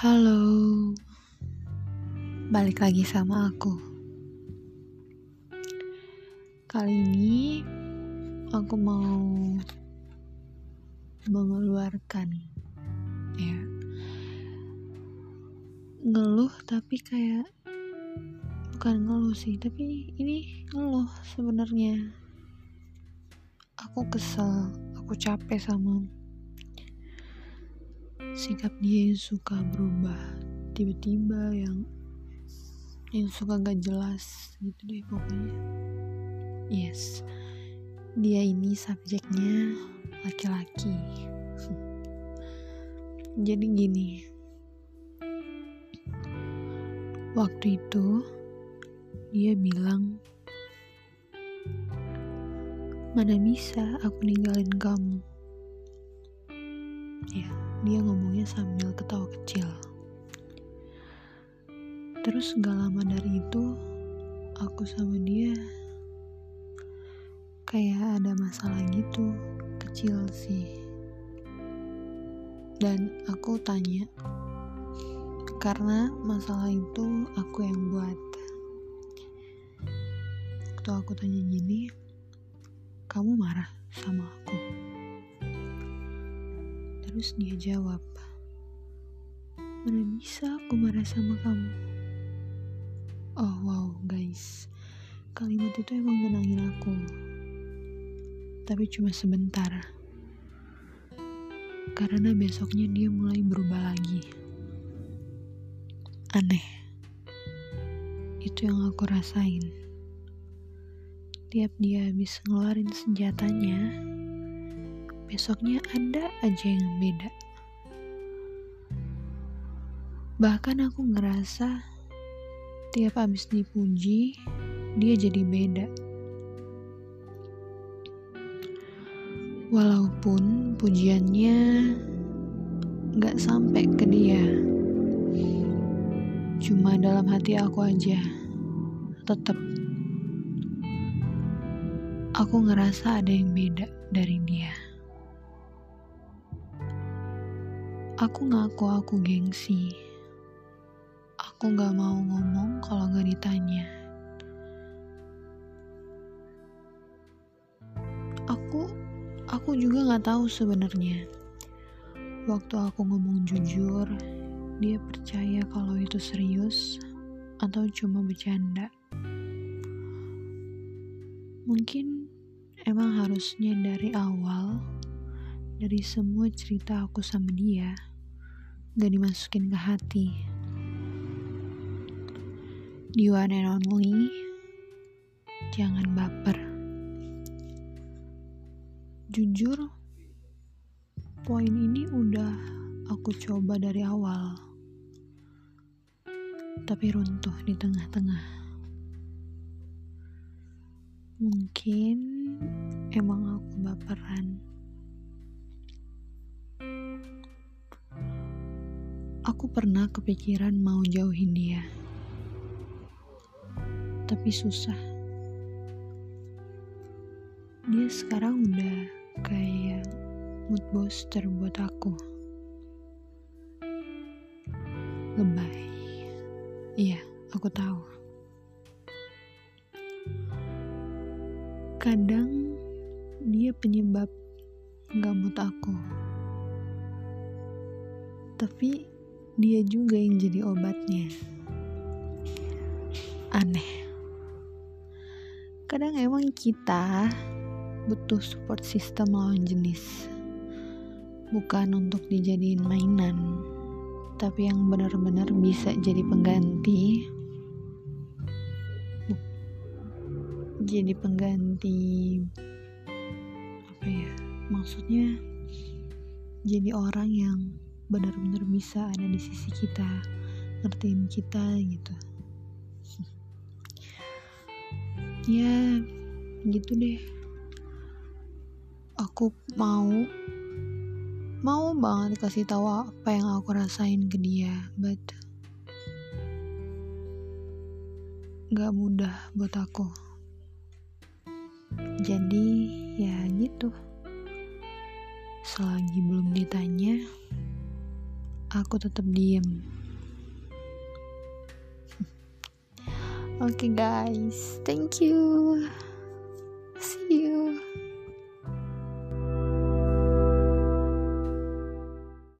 Halo, balik lagi sama aku. Kali ini aku mau mengeluarkan ngeluh, tapi kayak bukan ngeluh sih, tapi ini ngeluh sebenarnya. Aku kesel, aku capek sama sikap dia yang suka berubah tiba-tiba, yang suka gak jelas gitu deh pokoknya. Yes, dia ini subjeknya laki-laki. Jadi gini, waktu itu dia bilang, mana bisa aku ninggalin kamu. Ya, dia ngomongnya sambil ketawa kecil. Terus gak lama dari itu, aku sama dia kayak ada masalah gitu, kecil sih. Dan aku tanya, karena masalah itu aku yang buat. Waktu aku tanya gini, kamu marah sama aku? Terus dia jawab, mana bisa aku marah sama kamu? Oh wow guys, kalimat itu emang menangin aku, tapi cuma sebentar. Karena besoknya dia mulai berubah lagi. Aneh. Itu yang aku rasain. Tiap dia habis ngeluarin senjatanya, besoknya ada aja yang beda. Bahkan aku ngerasa tiap habis dipuji, dia jadi beda. Walaupun pujiannya gak sampai ke dia, cuma dalam hati aku aja, tetap aku ngerasa ada yang beda dari dia. Aku ngaku aku gengsi. Aku gak mau ngomong kalau gak ditanya. Aku juga gak tahu sebenarnya. Waktu aku ngomong jujur, dia percaya kalau itu serius atau cuma bercanda. Mungkin emang harusnya dari awal, dari semua cerita aku sama dia, gak dimasukin ke hati. The one and only, jangan baper. Jujur, poin ini udah aku coba dari awal, tapi runtuh di tengah-tengah. Mungkin emang aku baperan. Aku pernah kepikiran mau jauhin dia, tapi susah. Dia sekarang udah kayak mood booster buat aku. Lebay. Iya, aku tahu. Kadang dia penyebab gak mood aku, tapi dia juga yang jadi obatnya. Aneh. Kadang emang kita butuh support system lawan jenis, bukan untuk dijadiin mainan, tapi yang benar-benar bisa jadi pengganti. Jadi pengganti apa ya? Maksudnya jadi orang yang benar-benar bisa ada di sisi kita, ngertiin kita gitu. Ya, gitu deh. Aku mau banget kasih tahu apa yang aku rasain ke dia, but gak mudah buat aku. Jadi ya gitu, selagi belum ditanya, aku tetap diem. Oke guys, thank you.